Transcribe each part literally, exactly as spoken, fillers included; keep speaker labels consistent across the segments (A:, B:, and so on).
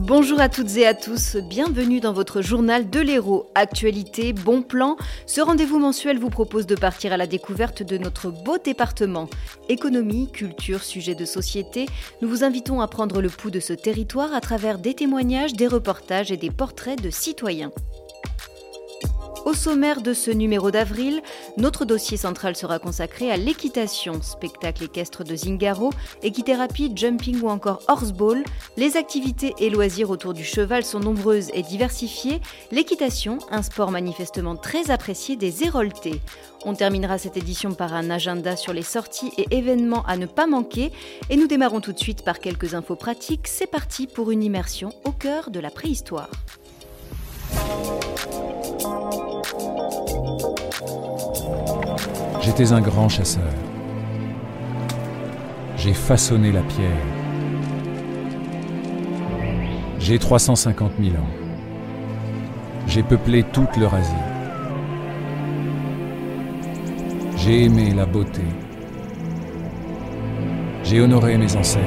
A: Bonjour à toutes et à tous, bienvenue dans votre journal de l'Hérault. Actualité, bon plan, ce rendez-vous mensuel vous propose de partir à la découverte de notre beau département. Économie, culture, sujets de société, nous vous invitons à prendre le pouls de ce territoire à travers des témoignages, des reportages et des portraits de citoyens. Au sommaire de ce numéro d'avril, notre dossier central sera consacré à l'équitation, spectacle équestre de Zingaro, équithérapie, jumping ou encore horseball. Les activités et loisirs autour du cheval sont nombreuses et diversifiées. L'équitation, un sport manifestement très apprécié des Héroltais. On terminera cette édition par un agenda sur les sorties et événements à ne pas manquer. Et nous démarrons tout de suite par quelques infos pratiques. C'est parti pour une immersion au cœur de la préhistoire.
B: J'étais un grand chasseur. J'ai façonné la pierre. J'ai trois cent cinquante mille ans. J'ai peuplé toute l'Eurasie. J'ai aimé la beauté. J'ai honoré mes ancêtres.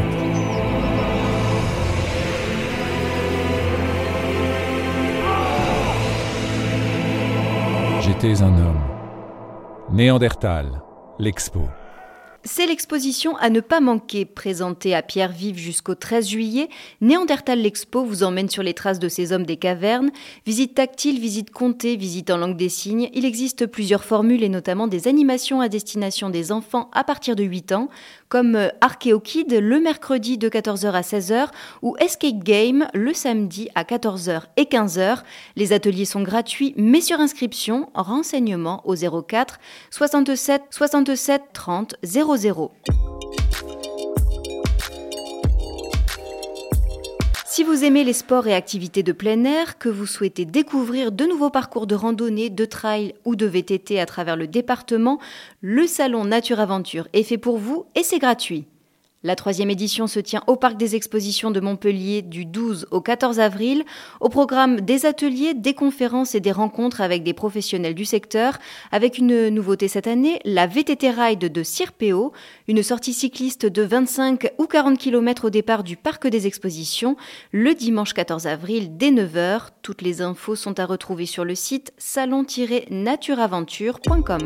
B: J'étais un homme. Néandertal, l'expo.
A: C'est l'exposition à ne pas manquer, présentée à Pierre-Vive jusqu'au treize juillet. Néandertal l'Expo vous emmène sur les traces de ces hommes des cavernes. Visite tactile, visite comptée, visite en langue des signes. Il existe plusieurs formules et notamment des animations à destination des enfants à partir de huit ans, comme Archéokid le mercredi de quatorze heures à seize heures ou Escape Game le samedi à quatorze heures et quinze heures. Les ateliers sont gratuits mais sur inscription. Renseignements au zéro quatre soixante-sept soixante-sept trente zéro zéro. Si vous aimez les sports et activités de plein air, que vous souhaitez découvrir de nouveaux parcours de randonnée, de trail ou de V T T à travers le département, le salon Nature Aventure est fait pour vous et c'est gratuit. La troisième édition se tient au Parc des Expositions de Montpellier du douze au quatorze avril. Au programme des ateliers, des conférences et des rencontres avec des professionnels du secteur. Avec une nouveauté cette année, la V T T Ride de Sirpéo, une sortie cycliste de vingt-cinq ou quarante kilomètres au départ du Parc des Expositions, le dimanche quatorze avril dès neuf heures. Toutes les infos sont à retrouver sur le site salon tiret nature aventure point com.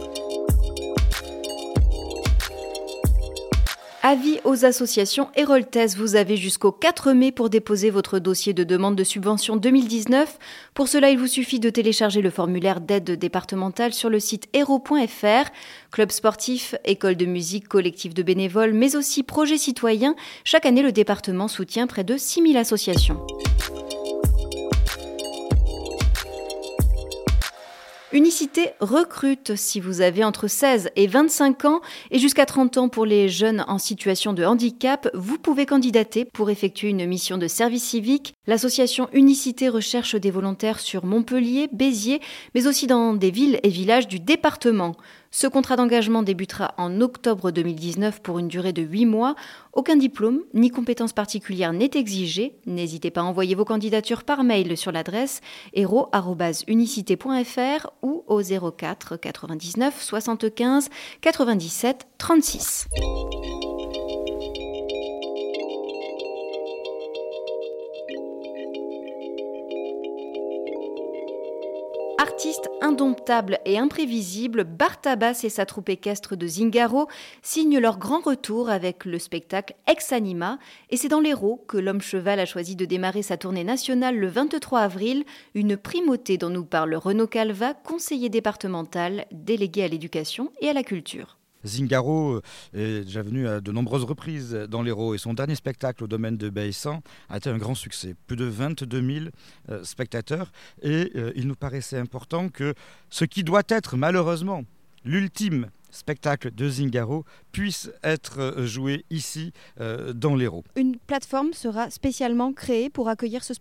A: Avis aux associations héroltaises, vous avez jusqu'au quatre mai pour déposer votre dossier de demande de subvention deux mille dix-neuf. Pour cela, il vous suffit de télécharger le formulaire d'aide départementale sur le site hérault point f r. Club sportif, école de musique, collectif de bénévoles, mais aussi projets citoyens. Chaque année, le département soutient près de six mille associations. Unicité recrute si vous avez entre seize et vingt-cinq ans et jusqu'à trente ans pour les jeunes en situation de handicap, vous pouvez candidater pour effectuer une mission de service civique. L'association Unicité recherche des volontaires sur Montpellier, Béziers, mais aussi dans des villes et villages du département. Ce contrat d'engagement débutera en octobre deux mille dix-neuf pour une durée de huit mois. Aucun diplôme ni compétence particulière n'est exigé. N'hésitez pas à envoyer vos candidatures par mail sur l'adresse hérault arobase unicité point f r ou au zéro quatre quatre-vingt-dix-neuf soixante-quinze quatre-vingt-dix-sept trente-six. Artiste indomptable et imprévisible, Bartabas et sa troupe équestre de Zingaro signent leur grand retour avec le spectacle Ex Anima. Et c'est dans l'Hérault que l'homme cheval a choisi de démarrer sa tournée nationale le vingt-trois avril, une primauté dont nous parle Renaud Calva, conseiller départemental, délégué à l'éducation et à la culture.
C: Zingaro est déjà venu à de nombreuses reprises dans l'Hérault et son dernier spectacle au domaine de Baïssan a été un grand succès. Plus de vingt-deux mille euh, spectateurs et euh, il nous paraissait important que ce qui doit être malheureusement l'ultime spectacle de Zingaro puisse être joué ici euh, dans l'Hérault.
D: Une plateforme sera spécialement créée pour accueillir ce spectacle ?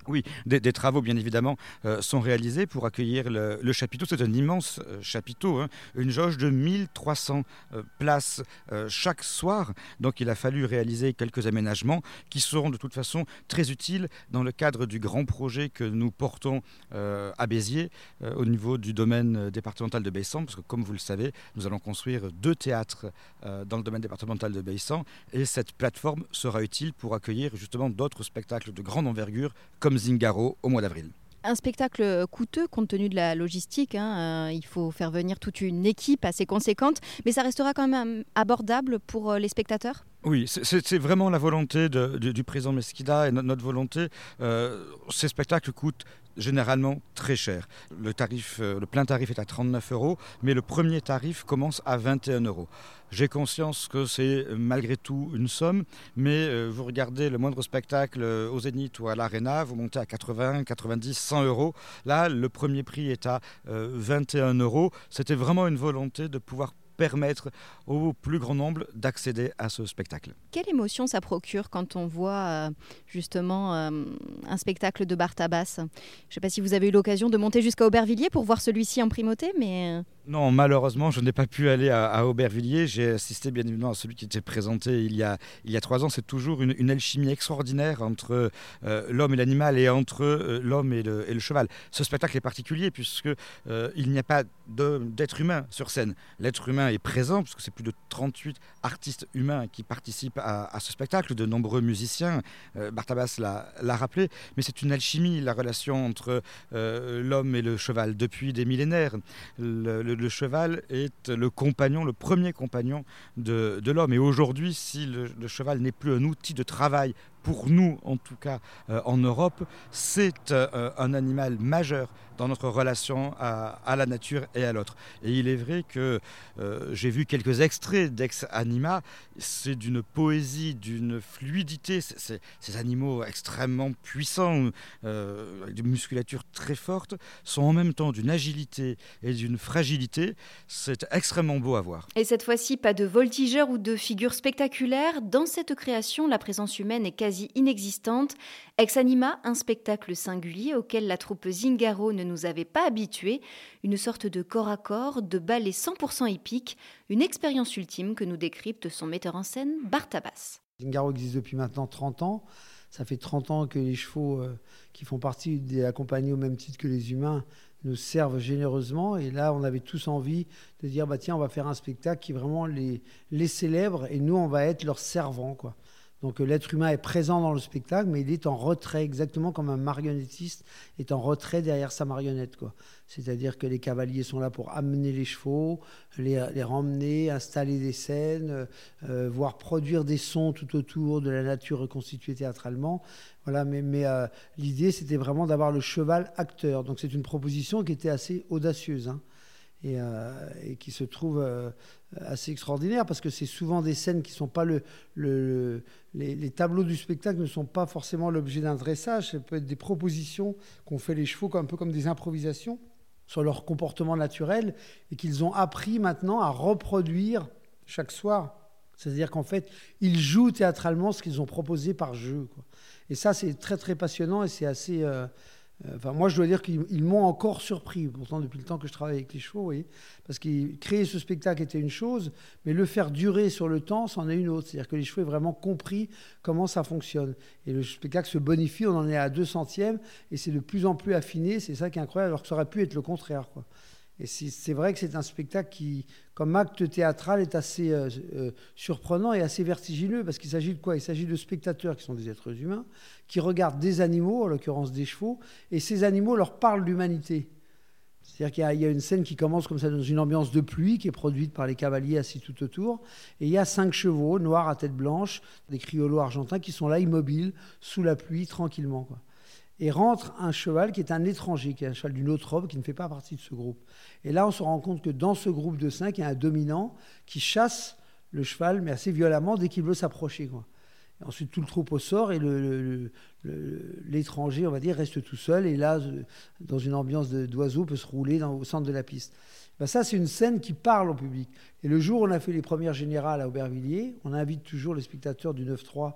C: Oui, des, des travaux bien évidemment euh, sont réalisés pour accueillir le, le chapiteau. C'est un immense euh, chapiteau, hein, une jauge de mille trois cents euh, places euh, chaque soir. Donc il a fallu réaliser quelques aménagements qui seront de toute façon très utiles dans le cadre du grand projet que nous portons euh, à Béziers euh, au niveau du domaine départemental de Baissans, parce que comme vous le savez, nous allons construire deux théâtres euh, dans le domaine départemental de Baissans et cette plateforme sera utile pour accueillir justement d'autres spectacles de grande envergure comme Zingaro au mois d'avril.
A: Un spectacle coûteux compte tenu de la logistique, hein. Euh, il faut faire venir toute une équipe assez conséquente, mais ça restera quand même abordable pour les spectateurs ?
C: Oui, c'est, c'est vraiment la volonté de, de, du président Mesquida et notre, notre volonté. Euh, ces spectacles coûtent généralement très cher. Le, tarif, euh, le plein tarif est à trente-neuf euros, mais le premier tarif commence à vingt et un euros. J'ai conscience que c'est malgré tout une somme, mais euh, vous regardez le moindre spectacle euh, au Zénith ou à l'Arena, vous montez à quatre-vingts, quatre-vingt-dix, cent euros. Là, le premier prix est à euh, vingt et un euros. C'était vraiment une volonté de pouvoir permettre au plus grand nombre d'accéder à ce spectacle.
A: Quelle émotion ça procure quand on voit euh, justement euh, un spectacle de Bartabas ? Je ne sais pas si vous avez eu l'occasion de monter jusqu'à Aubervilliers pour voir celui-ci en primauté, mais...
C: Non, malheureusement, je n'ai pas pu aller à, à Aubervilliers. J'ai assisté bien évidemment à celui qui était présenté il y a, il y a trois ans. C'est toujours une, une alchimie extraordinaire entre euh, l'homme et l'animal et entre euh, l'homme et le, et le cheval. Ce spectacle est particulier puisqu'il euh, n'y a pas de, d'être humain sur scène. L'être humain est présent puisque c'est plus de trente-huit artistes humains qui participent à, à ce spectacle, de nombreux musiciens. Euh, Bartabas l'a, l'a rappelé, mais c'est une alchimie, la relation entre euh, l'homme et le cheval depuis des millénaires. Le, le Le cheval est le compagnon, le premier compagnon de, de l'homme. Et aujourd'hui, si le, le cheval n'est plus un outil de travail, pour nous en tout cas euh, en Europe, c'est euh, un animal majeur dans notre relation à, à la nature et à l'autre. Et il est vrai que euh, j'ai vu quelques extraits d'Ex Anima, c'est d'une poésie, d'une fluidité, c'est, c'est, ces animaux extrêmement puissants, euh, avec une musculature très forte, sont en même temps d'une agilité et d'une fragilité, c'est extrêmement beau à voir.
A: Et cette fois-ci, pas de voltigeurs ou de figures spectaculaires. Dans cette création, la présence humaine est quasi inexistante. Ex Anima, un spectacle singulier auquel la troupe Zingaro ne nous avait pas habitués, une sorte de corps à corps, de ballet cent pour cent épique, une expérience ultime que nous décrypte son metteur en scène, Bartabas.
D: Zingaro existe depuis maintenant trente ans. Ça fait trente ans que les chevaux euh, qui font partie de la compagnie au même titre que les humains nous servent généreusement. Et là, on avait tous envie de dire, bah, tiens, on va faire un spectacle qui vraiment les, les célèbre et nous, on va être leurs servants, quoi. Donc l'être humain est présent dans le spectacle, mais il est en retrait, exactement comme un marionnettiste est en retrait derrière sa marionnette, quoi. C'est-à-dire que les cavaliers sont là pour amener les chevaux, les, les ramener, installer des scènes, euh, voire produire des sons tout autour de la nature reconstituée théâtralement. Voilà, mais, mais euh, l'idée, c'était vraiment d'avoir le cheval acteur. Donc c'est une proposition qui était assez audacieuse, hein. Et, euh, et qui se trouve euh, assez extraordinaire parce que c'est souvent des scènes qui sont pas le, le, le les, les tableaux du spectacle ne sont pas forcément l'objet d'un dressage. Ça peut être des propositions qu'ont fait les chevaux un peu comme des improvisations sur leur comportement naturel et qu'ils ont appris maintenant à reproduire chaque soir. C'est-à-dire qu'en fait, ils jouent théâtralement ce qu'ils ont proposé par jeu, quoi. Et ça, c'est très très passionnant et c'est assez euh, Enfin, moi, je dois dire qu'ils ils m'ont encore surpris, pourtant depuis le temps que je travaille avec les chevaux, vous voyez, parce que créer ce spectacle était une chose, mais le faire durer sur le temps, c'en est une autre. C'est-à-dire que les chevaux aient vraiment compris comment ça fonctionne. Et le spectacle se bonifie, on en est à deux centièmes, et c'est de plus en plus affiné, c'est ça qui est incroyable, alors que ça aurait pu être le contraire, quoi. Et c'est, c'est vrai que c'est un spectacle qui, comme acte théâtral, est assez euh, euh, surprenant et assez vertigineux, parce qu'il s'agit de quoi ? Il s'agit de spectateurs qui sont des êtres humains, qui regardent des animaux, en l'occurrence des chevaux, et ces animaux leur parlent d'humanité. C'est-à-dire qu'il y a, il y a une scène qui commence comme ça dans une ambiance de pluie, qui est produite par les cavaliers assis tout autour, et il y a cinq chevaux, noirs à tête blanche, des criolos argentins, qui sont là immobiles, sous la pluie, tranquillement, quoi. Et rentre un cheval qui est un étranger, qui est un cheval d'une autre robe, qui ne fait pas partie de ce groupe. Et là, on se rend compte que dans ce groupe de cinq, il y a un dominant qui chasse le cheval, mais assez violemment, dès qu'il veut s'approcher, quoi. Et ensuite, tout le troupeau sort et le, le, le, l'étranger, on va dire, reste tout seul. Et là, dans une ambiance de, d'oiseau, peut se rouler dans, au centre de la piste. Ben ça, c'est une scène qui parle au public. Et le jour où on a fait les premières générales à Aubervilliers, on invite toujours les spectateurs du neuf trois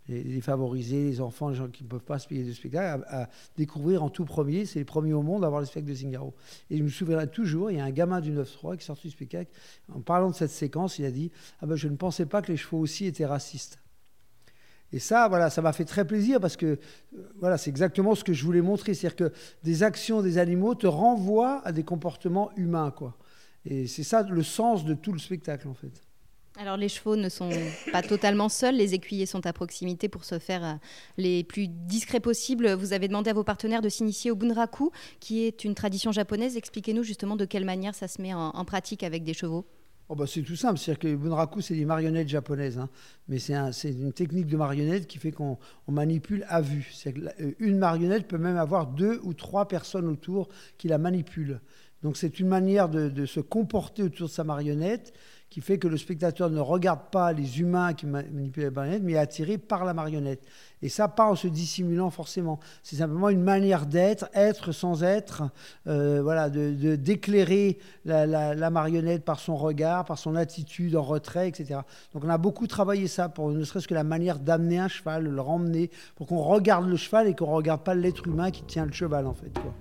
D: les défavorisés, les enfants, les gens qui ne peuvent pas se payer de spectacle, à, à découvrir en tout premier. C'est les premiers au monde à voir le spectacle de Zingaro. Et je me souviendrai toujours, il y a un gamin du neuf trois qui est sorti du spectacle. En parlant de cette séquence, il a dit « Ah ben, je ne pensais pas que les chevaux aussi étaient racistes ». Et ça, voilà, ça m'a fait très plaisir parce que euh, voilà, c'est exactement ce que je voulais montrer. C'est-à-dire que des actions des animaux te renvoient à des comportements humains, quoi. Et c'est ça le sens de tout le spectacle, en fait.
A: Alors les chevaux ne sont pas totalement seuls, les écuyers sont à proximité pour se faire euh, les plus discrets possibles. Vous avez demandé à vos partenaires de s'initier au bunraku, qui est une tradition japonaise. Expliquez-nous justement de quelle manière ça se met en, en pratique avec des chevaux.
D: Oh bah c'est tout simple, c'est-à-dire que le bunraku, c'est des marionnettes japonaises, hein. Mais c'est, un, c'est une technique de marionnette qui fait qu'on on manipule à vue. C'est-à-dire qu'une marionnette peut même avoir deux ou trois personnes autour qui la manipulent. Donc c'est une manière de, de se comporter autour de sa marionnette qui fait que le spectateur ne regarde pas les humains qui manipulent la marionnette, mais est attiré par la marionnette. Et ça, pas en se dissimulant forcément. C'est simplement une manière d'être, être sans être, euh, voilà, de, de, d'éclairer la, la, la marionnette par son regard, par son attitude en retrait, et cetera. Donc on a beaucoup travaillé ça, pour ne serait-ce que la manière d'amener un cheval, de le ramener, pour qu'on regarde le cheval et qu'on ne regarde pas l'être humain qui tient le cheval, en fait, quoi.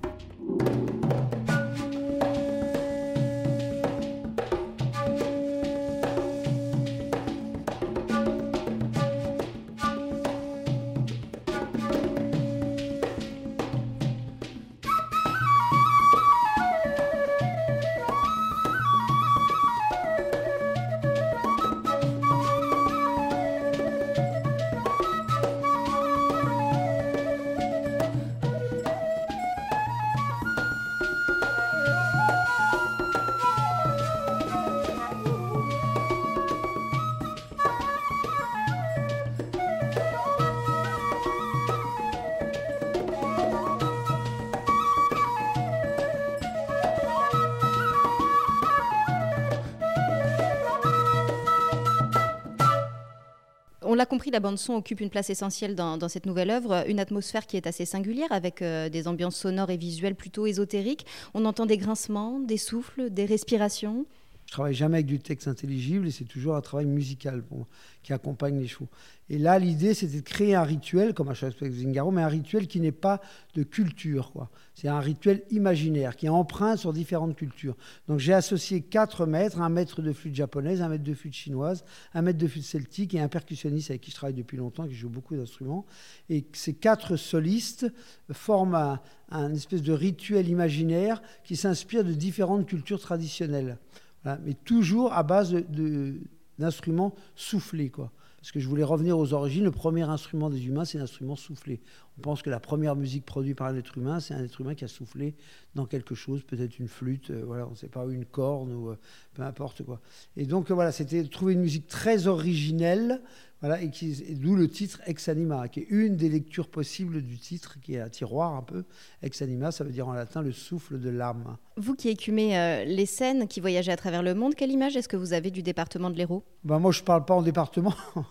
A: On l'a compris, la bande-son occupe une place essentielle dans, dans cette nouvelle œuvre, une atmosphère qui est assez singulière, avec euh, des ambiances sonores et visuelles plutôt ésotériques. On entend des grincements, des souffles, des respirations.
D: Je travaille jamais avec du texte intelligible et c'est toujours un travail musical pour moi, qui accompagne les chevaux. Et là, l'idée, c'était de créer un rituel, comme à chaque spectacle de Zingaro, mais un rituel qui n'est pas de culture, quoi. C'est un rituel imaginaire, qui est empreint sur différentes cultures. Donc j'ai associé quatre maîtres, un maître de flûte japonaise, un maître de flûte chinoise, un maître de flûte celtique et un percussionniste avec qui je travaille depuis longtemps, qui joue beaucoup d'instruments. Et ces quatre solistes forment un, un espèce de rituel imaginaire qui s'inspire de différentes cultures traditionnelles. Voilà, mais toujours à base de, de, d'instruments soufflés, quoi. Parce que je voulais revenir aux origines. Le premier instrument des humains, c'est l'instrument soufflé. On pense que la première musique produite par un être humain, c'est un être humain qui a soufflé dans quelque chose, peut-être une flûte, euh, voilà, on ne sait pas, une corne, ou euh, peu importe quoi. Et donc, euh, voilà, c'était de trouver une musique très originelle, voilà, et, qui, et d'où le titre Ex Anima, qui est une des lectures possibles du titre, qui est un tiroir un peu. Ex Anima, ça veut dire en latin le souffle de l'âme.
A: Vous qui écumez euh, les scènes, qui voyagez à travers le monde, quelle image est-ce que vous avez du département de l'Hérault ?
D: Ben moi, je ne parle pas en département.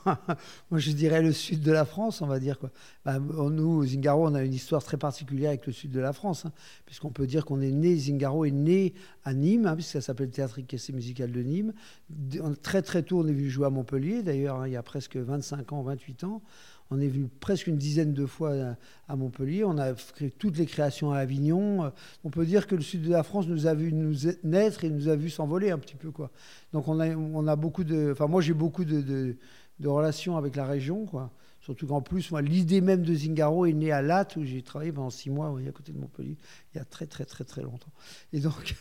D: Moi, je dirais le sud de la France, on va dire, quoi. Ben, nous, Zingaro, on a une histoire très particulière avec le sud de la France, hein, puisqu'on peut dire qu'on est né, Zingaro est né à Nîmes, hein, puisque ça s'appelle le Théâtre Équestre Musical de Nîmes. Très, très tôt, on est venu jouer à Montpellier, d'ailleurs, hein, il y a presque vingt-cinq ans, vingt-huit ans. On est venu presque une dizaine de fois à Montpellier. On a fait toutes les créations à Avignon. On peut dire que le sud de la France nous a vu nous naître et nous a vu s'envoler un petit peu, quoi. Donc on a, on a beaucoup de... Enfin, moi, j'ai beaucoup de, de, de relations avec la région, quoi. Surtout qu'en plus, moi, l'idée même de Zingaro est née à Latte, où j'ai travaillé pendant six mois, oui, à côté de Montpellier, il y a très, très, très, très longtemps. Et donc,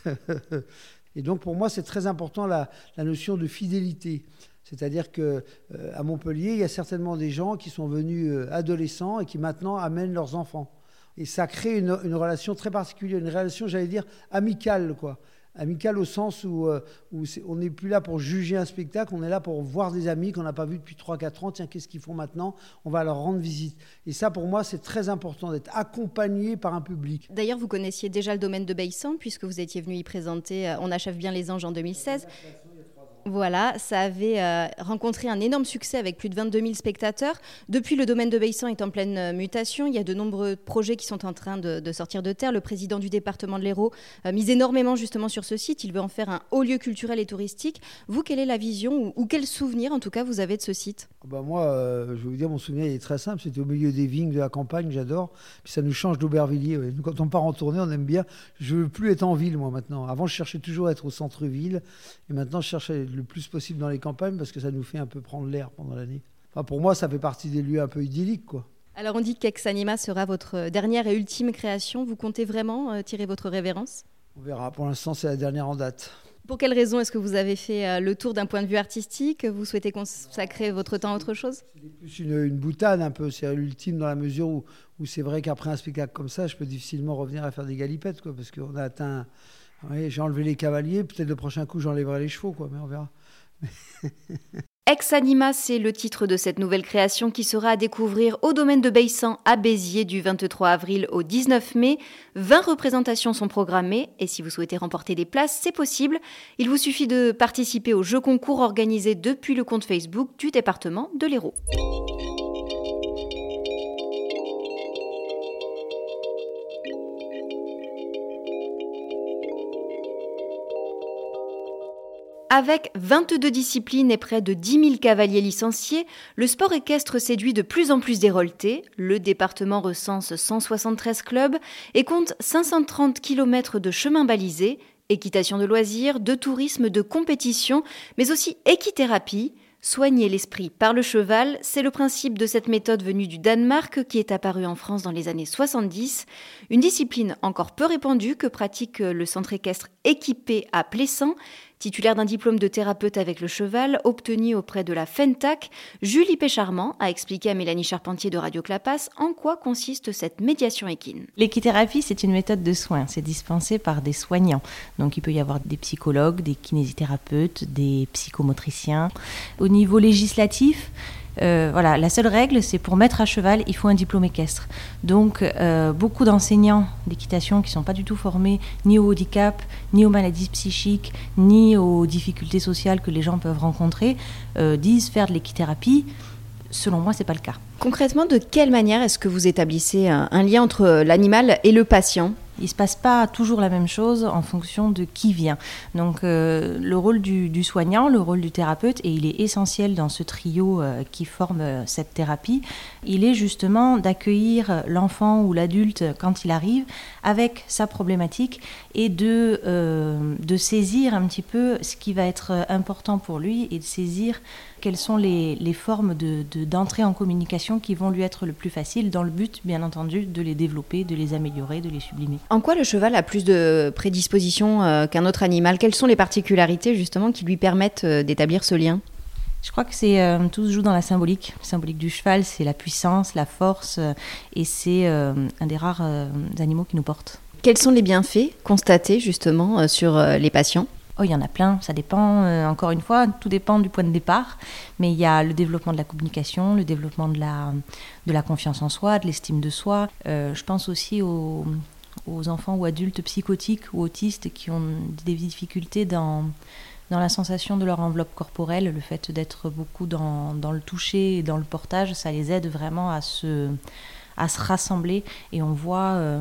D: et donc pour moi, c'est très important la, la notion de fidélité. C'est-à-dire qu'à euh, Montpellier, il y a certainement des gens qui sont venus euh, adolescents et qui maintenant amènent leurs enfants. Et ça crée une, une relation très particulière, une relation, j'allais dire, amicale, quoi. Amicale au sens où, euh, où c'est, on n'est plus là pour juger un spectacle, on est là pour voir des amis qu'on n'a pas vus depuis trois quatre ans. Tiens, qu'est-ce qu'ils font maintenant ? On va leur rendre visite. Et ça, pour moi, c'est très important d'être accompagné par un public.
A: D'ailleurs, vous connaissiez déjà le domaine de Baïsan, puisque vous étiez venu y présenter euh, On achève bien les anges en deux mille seize. Voilà, ça avait euh, rencontré un énorme succès avec plus de vingt-deux mille spectateurs. Depuis, le domaine de Baissan est en pleine euh, mutation. Il y a de nombreux projets qui sont en train de, de sortir de terre. Le président du département de l'Hérault euh, mise énormément justement sur ce site. Il veut en faire un haut lieu culturel et touristique. Vous, quelle est la vision ou, ou quel souvenir en tout cas vous avez de ce site ?
D: Bah moi, euh, je vais vous dire, mon souvenir il est très simple. C'était au milieu des vignes de la campagne, j'adore. Puis ça nous change d'Aubervilliers. Ouais. Nous, quand on part en tournée, on aime bien. Je veux plus être en ville, moi, maintenant. Avant, je cherchais toujours à être au centre-ville. Et maintenant, je cherche à être le plus possible dans les campagnes parce que ça nous fait un peu prendre l'air pendant l'année. Enfin, pour moi, ça fait partie des lieux un peu idylliques, quoi.
A: Alors, on dit qu'Ex-Anima sera votre dernière et ultime création. Vous comptez vraiment euh, tirer votre révérence ?
D: On verra. Pour l'instant, c'est la dernière en date.
A: Pour quelle raison est-ce que vous avez fait euh, le tour d'un point de vue artistique ? Vous souhaitez consacrer votre temps à autre chose ?
D: C'est plus une, une boutade un peu, c'est l'ultime dans la mesure où, où c'est vrai qu'après un spectacle comme ça, je peux difficilement revenir à faire des galipettes, quoi, parce qu'on a atteint... Oui, j'ai enlevé les cavaliers, peut-être le prochain coup j'enlèverai les chevaux, quoi, mais on verra.
A: Ex-Anima, c'est le titre de cette nouvelle création qui sera à découvrir au domaine de Baissan à Béziers du vingt-trois avril au dix-neuf mai. vingt représentations sont programmées et si vous souhaitez remporter des places, c'est possible. Il vous suffit de participer au jeu concours organisé depuis le compte Facebook du département de l'Hérault. Avec vingt-deux disciplines et près de dix mille cavaliers licenciés, le sport équestre séduit de plus en plus d'Héraultais. Le département recense cent soixante-treize clubs et compte cinq cent trente kilomètres de chemins balisés, équitation de loisirs, de tourisme, de compétition, mais aussi équithérapie. Soigner l'esprit par le cheval, c'est le principe de cette méthode venue du Danemark qui est apparue en France dans les années soixante-dix. Une discipline encore peu répandue que pratique le centre équestre équipé à Plessan. Titulaire d'un diplôme de thérapeute avec le cheval, obtenu auprès de la FENTAC, Julie Pécharmant a expliqué à Mélanie Charpentier de Radio Clapas en quoi consiste cette médiation équine.
E: L'équithérapie, c'est une méthode de soins. C'est dispensé par des soignants. Donc il peut y avoir des psychologues, des kinésithérapeutes, des psychomotriciens. Au niveau législatif, Euh, voilà, la seule règle, c'est pour mettre à cheval, il faut un diplôme équestre. Donc, euh, beaucoup d'enseignants d'équitation qui ne sont pas du tout formés ni au handicap, ni aux maladies psychiques, ni aux difficultés sociales que les gens peuvent rencontrer, euh, disent faire de l'équithérapie. Selon moi, ce n'est pas le cas.
A: Concrètement, de quelle manière est-ce que vous établissez un, un lien entre l'animal et le patient ?
E: Il ne se passe pas toujours la même chose en fonction de qui vient. Donc euh, le rôle du, du soignant, le rôle du thérapeute, et il est essentiel dans ce trio euh, qui forme euh, cette thérapie, il est justement d'accueillir l'enfant ou l'adulte quand il arrive avec sa problématique et de, euh, de saisir un petit peu ce qui va être important pour lui et de saisir quelles sont les, les formes de, de, d'entrée en communication qui vont lui être le plus faciles dans le but, bien entendu, de les développer, de les améliorer, de les sublimer.
A: En quoi le cheval a plus de prédisposition euh, qu'un autre animal ? Quelles sont les particularités justement qui lui permettent euh, d'établir ce lien ?
E: Je crois que c'est, euh, tout se joue dans la symbolique. La symbolique du cheval, c'est la puissance, la force, euh, et c'est euh, un des rares euh, animaux qui nous porte.
A: Quels sont les bienfaits constatés justement euh, sur euh, les patients ?
E: Oh, il y en a plein, ça dépend, euh, encore une fois, tout dépend du point de départ, mais il y a le développement de la communication, le développement de la, de la confiance en soi, de l'estime de soi. Euh, je pense aussi aux, aux enfants ou adultes psychotiques ou autistes qui ont des difficultés dans, dans la sensation de leur enveloppe corporelle. Le fait d'être beaucoup dans, dans le toucher et dans le portage, ça les aide vraiment à se... à se rassembler, et on voit euh,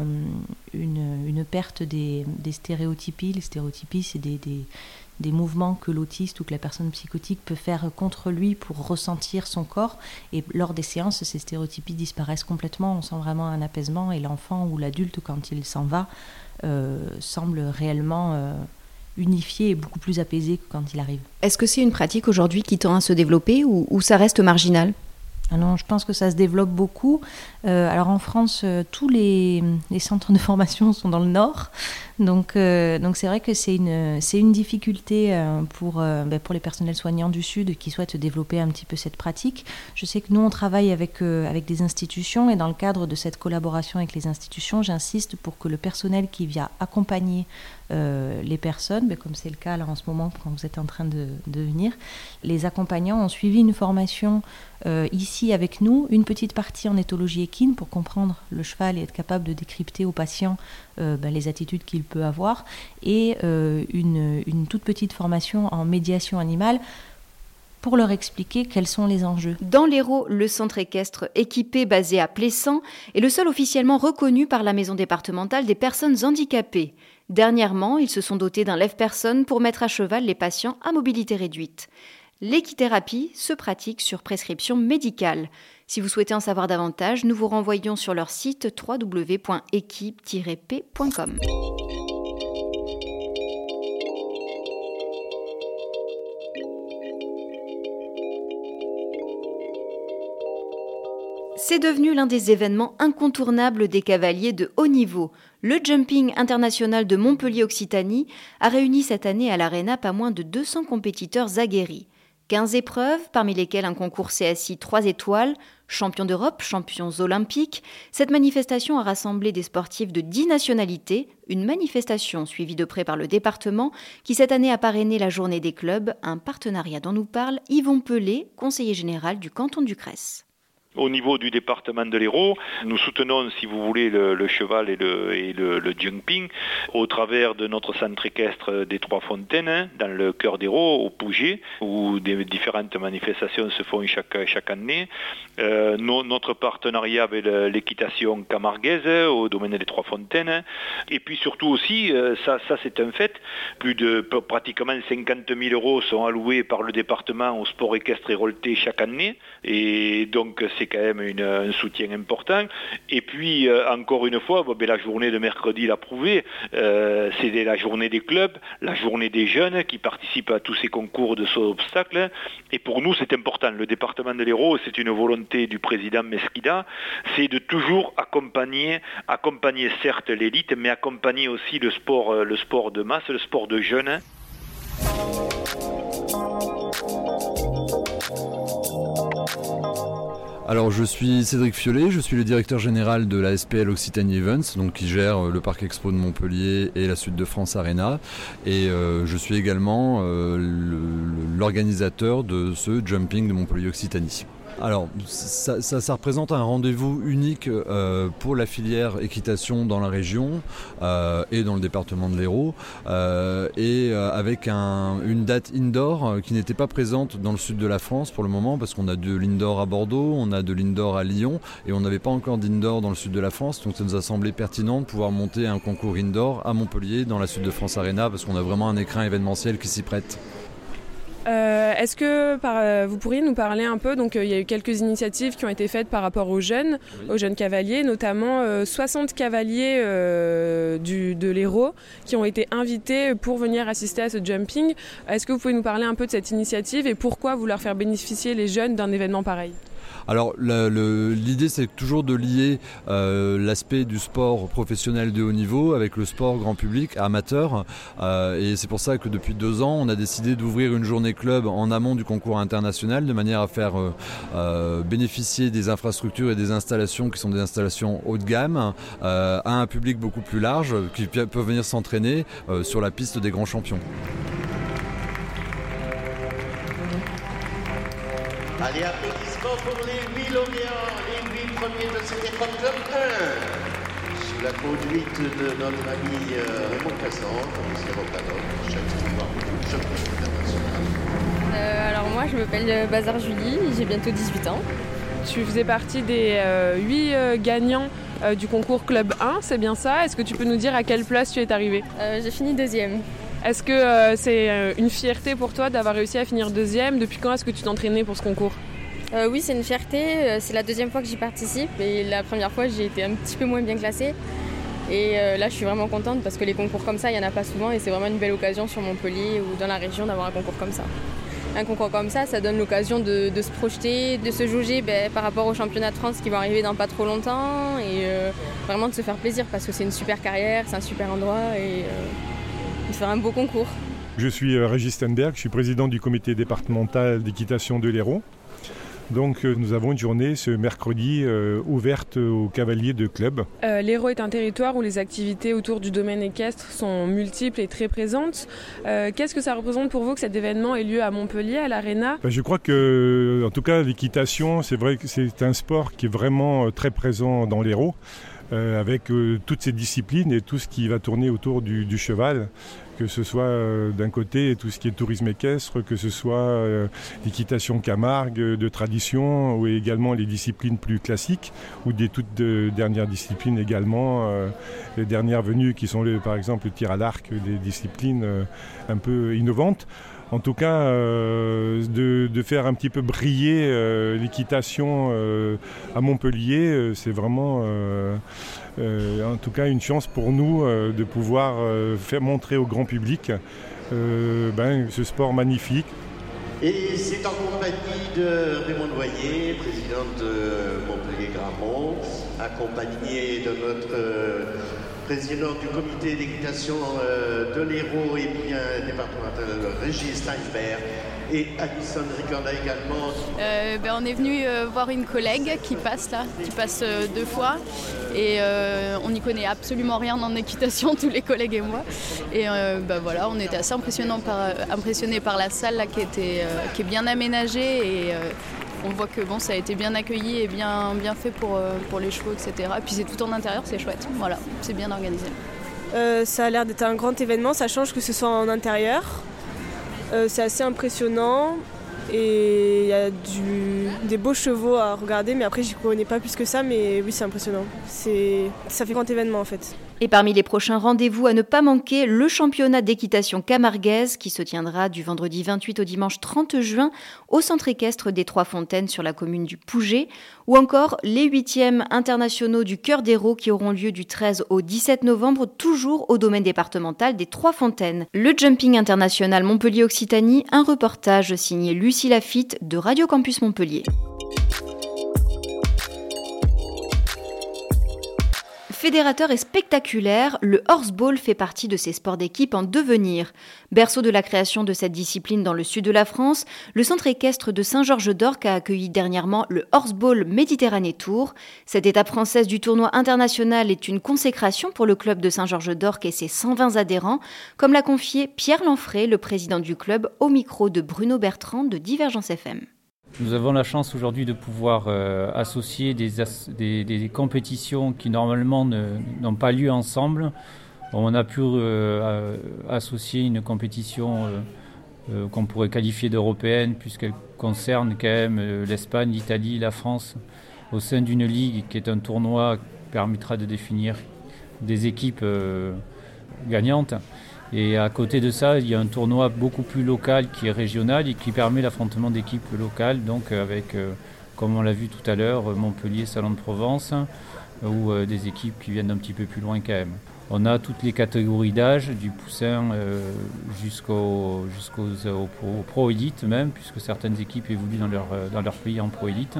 E: une, une perte des, des stéréotypies. Les stéréotypies, c'est des, des, des mouvements que l'autiste ou que la personne psychotique peut faire contre lui pour ressentir son corps, et lors des séances, ces stéréotypies disparaissent complètement, on sent vraiment un apaisement, et l'enfant ou l'adulte, quand il s'en va, euh, semble réellement euh, unifié et beaucoup plus apaisé que quand il arrive.
A: Est-ce que c'est une pratique aujourd'hui qui tend à se développer ou, ou ça reste marginal ?
E: Ah non, je pense que ça se développe beaucoup. Euh, alors en France, euh, tous les, les centres de formation sont dans le Nord. Donc, euh, donc c'est vrai que c'est une, c'est une difficulté euh, pour, euh, ben pour les personnels soignants du Sud qui souhaitent développer un petit peu cette pratique. Je sais que nous, on travaille avec, euh, avec des institutions, et dans le cadre de cette collaboration avec les institutions, j'insiste pour que le personnel qui vient accompagner euh, les personnes, ben comme c'est le cas là en ce moment quand vous êtes en train de, de venir, les accompagnants ont suivi une formation euh, ici avec nous, une petite partie en éthologie équine pour comprendre le cheval et être capable de décrypter aux patients euh, ben, les attitudes qu'il peut avoir, et euh, une, une toute petite formation en médiation animale pour leur expliquer quels sont les enjeux.
A: Dans l'Hérault, le centre équestre équipé basé à Plessan est le seul officiellement reconnu par la Maison départementale des personnes handicapées. Dernièrement, ils se sont dotés d'un lève-personne pour mettre à cheval les patients à mobilité réduite. L'équithérapie se pratique sur prescription médicale. Si vous souhaitez en savoir davantage, nous vous renvoyons sur leur site w w w point équipe tiret p point com. C'est devenu l'un des événements incontournables des cavaliers de haut niveau. Le Jumping international de Montpellier-Occitanie a réuni cette année à l'Arena pas moins de deux cents compétiteurs aguerris. quinze épreuves, parmi lesquelles un concours C S I trois étoiles, champions d'Europe, champions olympiques. Cette manifestation a rassemblé des sportifs de dix nationalités, une manifestation suivie de près par le département qui cette année a parrainé la journée des clubs, un partenariat dont nous parle Yvon Pelé, conseiller général du canton du Cress.
F: Au niveau du département de l'Hérault, nous soutenons, si vous voulez, le, le cheval et, le, et le, le jumping au travers de notre centre équestre des Trois Fontaines, hein, dans le cœur d'Hérault, au Pouget, où des différentes manifestations se font chaque, chaque année. Euh, no, notre partenariat avec l'équitation camarguaise au domaine des Trois Fontaines. Et puis surtout aussi, euh, ça, ça c'est un fait, plus de pratiquement cinquante mille euros sont alloués par le département au sport équestre héroltais chaque année. Et donc c'est quand même une, un soutien important. Et puis, euh, encore une fois, bon, ben, la journée de mercredi l'a prouvé, euh, c'est la journée des clubs, la journée des jeunes qui participent à tous ces concours de saut d'obstacles. Et pour nous, c'est important. Le département de l'Hérault, c'est une volonté du président Mesquida, c'est de toujours accompagner, accompagner certes l'élite, mais accompagner aussi le sport, le sport de masse, le sport de jeunes.
G: Alors je suis Cédric Fiollet, je suis le directeur général de la S P L Occitanie Events, donc qui gère le Parc Expo de Montpellier et la Sud de France Arena. Et euh, je suis également euh, le, l'organisateur de ce Jumping de Montpellier Occitanie. Alors, ça, ça, ça représente un rendez-vous unique euh, pour la filière équitation dans la région euh, et dans le département de l'Hérault, euh, et euh, avec un, une date indoor euh, qui n'était pas présente dans le sud de la France pour le moment, parce qu'on a de l'indoor à Bordeaux, on a de l'indoor à Lyon, et on n'avait pas encore d'indoor dans le sud de la France, donc ça nous a semblé pertinent de pouvoir monter un concours indoor à Montpellier dans la Sud de France Arena, parce qu'on a vraiment un écrin événementiel qui s'y prête.
H: Euh, est-ce que par, euh, vous pourriez nous parler un peu, donc euh, il y a eu quelques initiatives qui ont été faites par rapport aux jeunes, oui. aux jeunes cavaliers, notamment euh, soixante cavaliers euh, du, de l'Hérault qui ont été invités pour venir assister à ce jumping. Est-ce que vous pouvez nous parler un peu de cette initiative et pourquoi vouloir faire bénéficier les jeunes d'un événement pareil ?
G: Alors le, le, l'idée c'est toujours de lier euh, l'aspect du sport professionnel de haut niveau avec le sport grand public, amateur, euh, et c'est pour ça que depuis deux ans on a décidé d'ouvrir une journée club en amont du concours international de manière à faire euh, euh, bénéficier des infrastructures et des installations qui sont des installations haut de gamme euh, à un public beaucoup plus large qui peut venir s'entraîner euh, sur la piste des grands champions.
I: Allez, applaudissements pour les huit lauréats, les huit premiers de cette épreuve club un. Sous la conduite de notre ami euh, Raymond Cassandre, commissaire au paddock, chef steward du Jumping international.
J: Euh, alors moi, je m'appelle Bazar Julie, j'ai bientôt dix-huit ans.
H: Tu faisais partie des euh, huit euh, gagnants euh, du concours Club un, c'est bien ça ? Est-ce que tu peux nous dire à quelle place tu es arrivée ?
J: euh, J'ai fini deuxième.
H: Est-ce que euh, c'est euh, une fierté pour toi d'avoir réussi à finir deuxième ? Depuis quand est-ce que tu t'entraînais pour ce concours ?
J: euh, Oui, c'est une fierté. C'est la deuxième fois que j'y participe. Et la première fois, j'ai été un petit peu moins bien classée. Et euh, là, je suis vraiment contente parce que les concours comme ça, il n'y en a pas souvent. Et c'est vraiment une belle occasion sur Montpellier ou dans la région d'avoir un concours comme ça. Un concours comme ça, ça donne l'occasion de, de se projeter, de se jauger ben, par rapport aux championnats de France qui vont arriver dans pas trop longtemps. Et euh, vraiment de se faire plaisir parce que c'est une super carrière, c'est un super endroit. Et, euh, de faire un beau concours.
K: Je suis Régis Stenberg, je suis président du comité départemental d'équitation de l'Hérault. Donc euh, nous avons une journée ce mercredi euh, ouverte aux cavaliers de club.
H: Euh, L'Hérault est un territoire où les activités autour du domaine équestre sont multiples et très présentes. Euh, qu'est-ce que ça représente pour vous que cet événement ait lieu à Montpellier, à l'Arena ?
K: Ben, je crois que, en tout cas, l'équitation, c'est vrai que c'est un sport qui est vraiment très présent dans l'Hérault. euh, avec euh, toutes ces disciplines et tout ce qui va tourner autour du, du cheval, que ce soit euh, d'un côté tout ce qui est tourisme équestre, que ce soit euh, l'équitation Camargue de tradition, ou également les disciplines plus classiques, ou des toutes de, dernières disciplines également, euh, les dernières venues qui sont le, par exemple le tir à l'arc, des disciplines euh, un peu innovantes. En tout cas, euh, de, de faire un petit peu briller euh, l'équitation euh, à Montpellier, euh, c'est vraiment, euh, euh, en tout cas, une chance pour nous euh, de pouvoir euh, faire montrer au grand public euh, ben, ce sport magnifique.
I: Et c'est en compagnie de Raymond Noyer, président de Montpellier-Gramont, accompagné de notre euh, président du comité d'équitation euh, de l'Hérault et bien départemental Régis Steinberg et Alison Ricorda également.
L: Euh, ben on est venu euh, voir une collègue qui passe là, qui passe euh, deux fois et euh, on n'y connaît absolument rien en équitation, tous les collègues et moi. Et euh, ben voilà, on était assez impressionnés par, euh, impressionnés par la salle là, qui, était, euh, qui est bien aménagée et euh, on voit que bon, ça a été bien accueilli et bien, bien fait pour, euh, pour les chevaux, et cetera. Et puis c'est tout en intérieur, c'est chouette, voilà, c'est bien organisé.
M: Euh, ça a l'air d'être un grand événement, ça change que ce soit en intérieur. Euh, c'est assez impressionnant et il y a du, des beaux chevaux à regarder, mais après j'y connais pas plus que ça, mais oui c'est impressionnant. C'est, ça fait grand événement en fait.
A: Et parmi les prochains rendez-vous à ne pas manquer, le championnat d'équitation camarguaise qui se tiendra du vendredi vingt-huit au dimanche trente juin au centre équestre des Trois Fontaines sur la commune du Pouget, ou encore les huitièmes internationaux du Cœur d'Hérault qui auront lieu du treize au dix-sept novembre, toujours au domaine départemental des Trois Fontaines. Le Jumping International Montpellier-Occitanie, un reportage signé Lucie Lafitte de Radio Campus Montpellier. Fédérateur et spectaculaire, le horseball fait partie de ces sports d'équipe en devenir. Berceau de la création de cette discipline dans le sud de la France, le centre équestre de Saint-Georges-d'Orc a accueilli dernièrement le Horseball Méditerranée Tour. Cette étape française du tournoi international est une consécration pour le club de Saint-Georges-d'Orc et ses cent vingt adhérents, comme l'a confié Pierre Lanfray, le président du club, au micro de Bruno Bertrand de Divergence F M.
N: Nous avons la chance aujourd'hui de pouvoir euh, associer des, as- des, des compétitions qui normalement ne, n'ont pas lieu ensemble. On a pu euh, associer une compétition euh, euh, qu'on pourrait qualifier d'européenne puisqu'elle concerne quand même euh, l'Espagne, l'Italie, la France au sein d'une ligue qui est un tournoi qui permettra de définir des équipes euh, gagnantes. Et à côté de ça, il y a un tournoi beaucoup plus local qui est régional et qui permet l'affrontement d'équipes locales, donc avec, euh, comme on l'a vu tout à l'heure, Montpellier, Salon de Provence, euh, ou euh, des équipes qui viennent d'un petit peu plus loin quand même. On a toutes les catégories d'âge, du poussin euh, jusqu'au, jusqu'aux au pro, au pro élite même, puisque certaines équipes évoluent dans leur, dans leur pays en pro élite.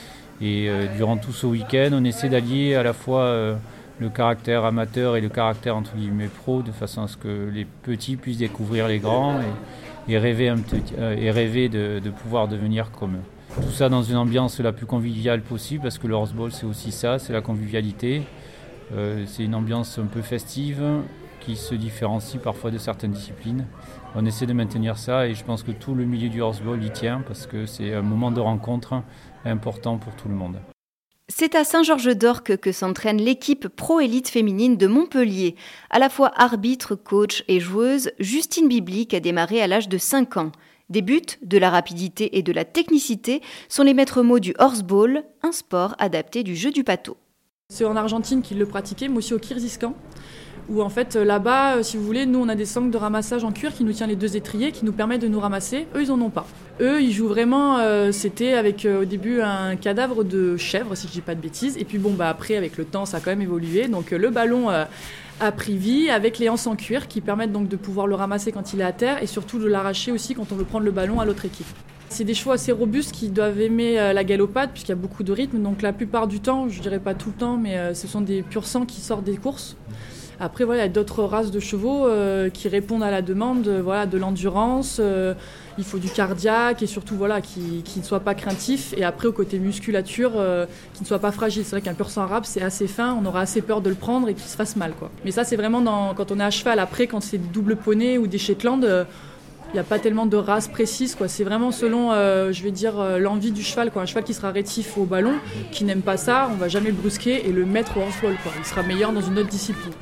N: Et euh, durant tout ce week-end, on essaie d'allier à la fois euh, le caractère amateur et le caractère entre guillemets pro, de façon à ce que les petits puissent découvrir les grands et, et rêver, un petit, euh, et rêver de, de pouvoir devenir comme eux. Tout ça dans une ambiance la plus conviviale possible, parce que le horseball c'est aussi ça, c'est la convivialité. Euh, c'est une ambiance un peu festive qui se différencie parfois de certaines disciplines. On essaie de maintenir ça et je pense que tout le milieu du horseball y tient, parce que c'est un moment de rencontre important pour tout le monde.
A: C'est à Saint-Georges-d'Orc que s'entraîne l'équipe pro-élite féminine de Montpellier. À la fois arbitre, coach et joueuse, Justine Biblique a démarré à l'âge de cinq ans. Des buts, de la rapidité et de la technicité sont les maîtres mots du horseball, un sport adapté du jeu du pato.
O: C'est en Argentine qu'ils le pratiquaient, mais aussi au Kyrgyzstan, où en fait là-bas, si vous voulez, nous on a des sangles de ramassage en cuir qui nous tient les deux étriers, qui nous permettent de nous ramasser. Eux, ils en ont pas. Eux, ils jouent vraiment, euh, c'était avec euh, au début un cadavre de chèvre, si je dis pas de bêtises, et puis bon, bah après, avec le temps, ça a quand même évolué. Donc euh, le ballon euh, a pris vie avec les anses en cuir qui permettent donc de pouvoir le ramasser quand il est à terre et surtout de l'arracher aussi quand on veut prendre le ballon à l'autre équipe. C'est des chevaux assez robustes qui doivent aimer euh, la galopade puisqu'il y a beaucoup de rythme. Donc la plupart du temps, je dirais pas tout le temps, mais euh, ce sont des pur sang qui sortent des courses. Après, voilà, il y a d'autres races de chevaux euh, qui répondent à la demande, euh, voilà, de l'endurance. Euh, il faut du cardiaque et surtout voilà, qui, qui ne soit pas craintif. Et après, au côté musculature, euh, qui ne soit pas fragile. C'est vrai qu'un pur sang arabe, c'est assez fin. On aura assez peur de le prendre et qu'il se fasse mal, quoi. Mais ça, c'est vraiment dans, quand on est à cheval. Après, quand c'est double poney ou des Shetland, euh, Il n'y a pas tellement de race précise, quoi. C'est vraiment selon, euh, je vais dire, euh, l'envie du cheval, quoi. Un cheval qui sera rétif au ballon, qui n'aime pas ça, on va jamais le brusquer et le mettre au horseball, quoi. Il sera meilleur dans une autre discipline.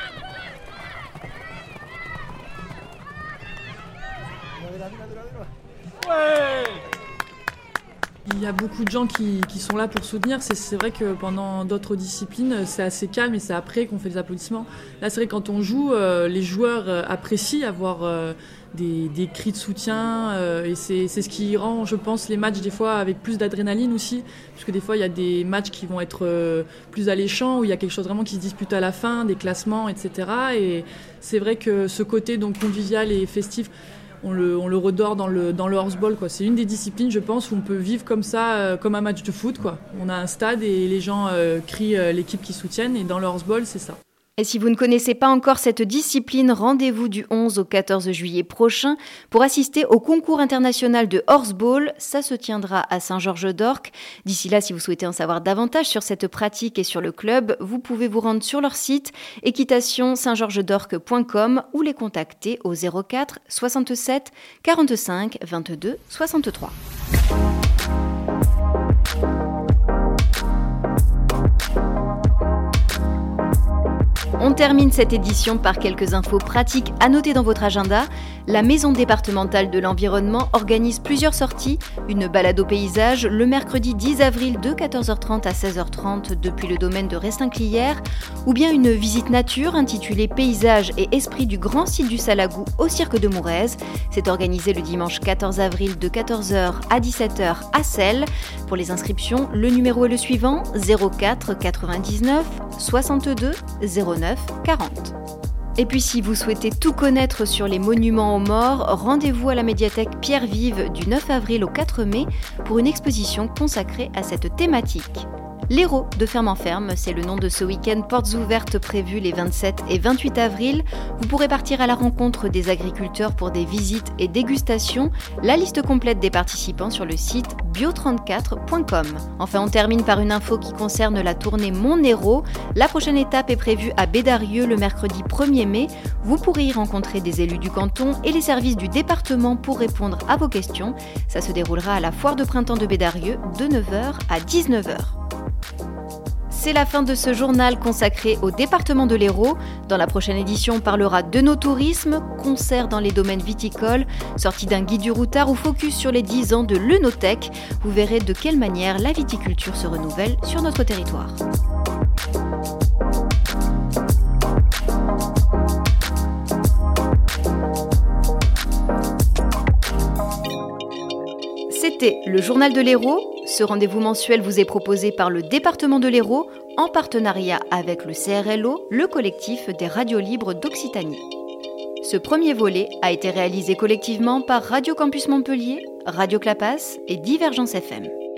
O: Il y a beaucoup de gens qui, qui sont là pour soutenir. C'est, c'est vrai que pendant d'autres disciplines, c'est assez calme et c'est après qu'on fait des applaudissements. Là, c'est vrai que quand on joue, euh, les joueurs euh, apprécient avoir euh, des, des cris de soutien euh, et c'est, c'est ce qui rend, je pense, les matchs des fois avec plus d'adrénaline aussi. Parce que des fois, il y a des matchs qui vont être euh, plus alléchants, où il y a quelque chose vraiment qui se dispute à la fin, des classements, et cetera. Et c'est vrai que ce côté donc convivial et festif, On le, on le redore dans le, dans le horseball, quoi. C'est une des disciplines, je pense, où on peut vivre comme ça, euh, comme un match de foot, quoi. On a un stade et les gens euh, crient euh, l'équipe qui soutiennent, et dans le horseball, c'est ça.
A: Et si vous ne connaissez pas encore cette discipline, rendez-vous du onze au quatorze juillet prochain pour assister au concours international de horseball. Ça se tiendra à Saint-Georges-d'Orques. D'ici là, si vous souhaitez en savoir davantage sur cette pratique et sur le club, vous pouvez vous rendre sur leur site équitation saint georges d'orques point com ou les contacter au zéro quatre soixante-sept quarante-cinq vingt-deux soixante-trois. On termine cette édition par quelques infos pratiques à noter dans votre agenda. La Maison départementale de l'environnement organise plusieurs sorties. Une balade au paysage le mercredi dix avril de quatorze heures trente à seize heures trente depuis le domaine de Restinclières, ou bien une visite nature intitulée Paysages et esprit du grand site du Salagou au cirque de Mourez. C'est organisé le dimanche quatorze avril de quatorze heures à dix-sept heures à Celles. Pour les inscriptions, le numéro est le suivant zéro quatre quatre-vingt-dix-neuf soixante-deux zéro neuf quarante. Et puis si vous souhaitez tout connaître sur les monuments aux morts, rendez-vous à la médiathèque Pierre Vive du neuf avril au quatre mai pour une exposition consacrée à cette thématique. L'Hérault de Ferme en Ferme, c'est le nom de ce week-end portes ouvertes prévu les vingt-sept et vingt-huit avril. Vous pourrez partir à la rencontre des agriculteurs pour des visites et dégustations. La liste complète des participants sur le site bio trente-quatre point com. Enfin, on termine par une info qui concerne la tournée Mon Hérault. La prochaine étape est prévue à Bédarieux le mercredi premier mai. Vous pourrez y rencontrer des élus du canton et les services du département pour répondre à vos questions. Ça se déroulera à la foire de printemps de Bédarieux de neuf heures à dix-neuf heures. C'est la fin de ce journal consacré au département de l'Hérault. Dans la prochaine édition, on parlera de nos tourismes, concerts dans les domaines viticoles, sortie d'un guide du routard ou focus sur les dix ans de l'Eunotech. Vous verrez de quelle manière la viticulture se renouvelle sur notre territoire. C'était le journal de l'Hérault. Ce rendez-vous mensuel vous est proposé par le département de l'Hérault en partenariat avec le C R L O, le collectif des radios libres d'Occitanie. Ce premier volet a été réalisé collectivement par Radio Campus Montpellier, Radio Clapas et Divergence F M.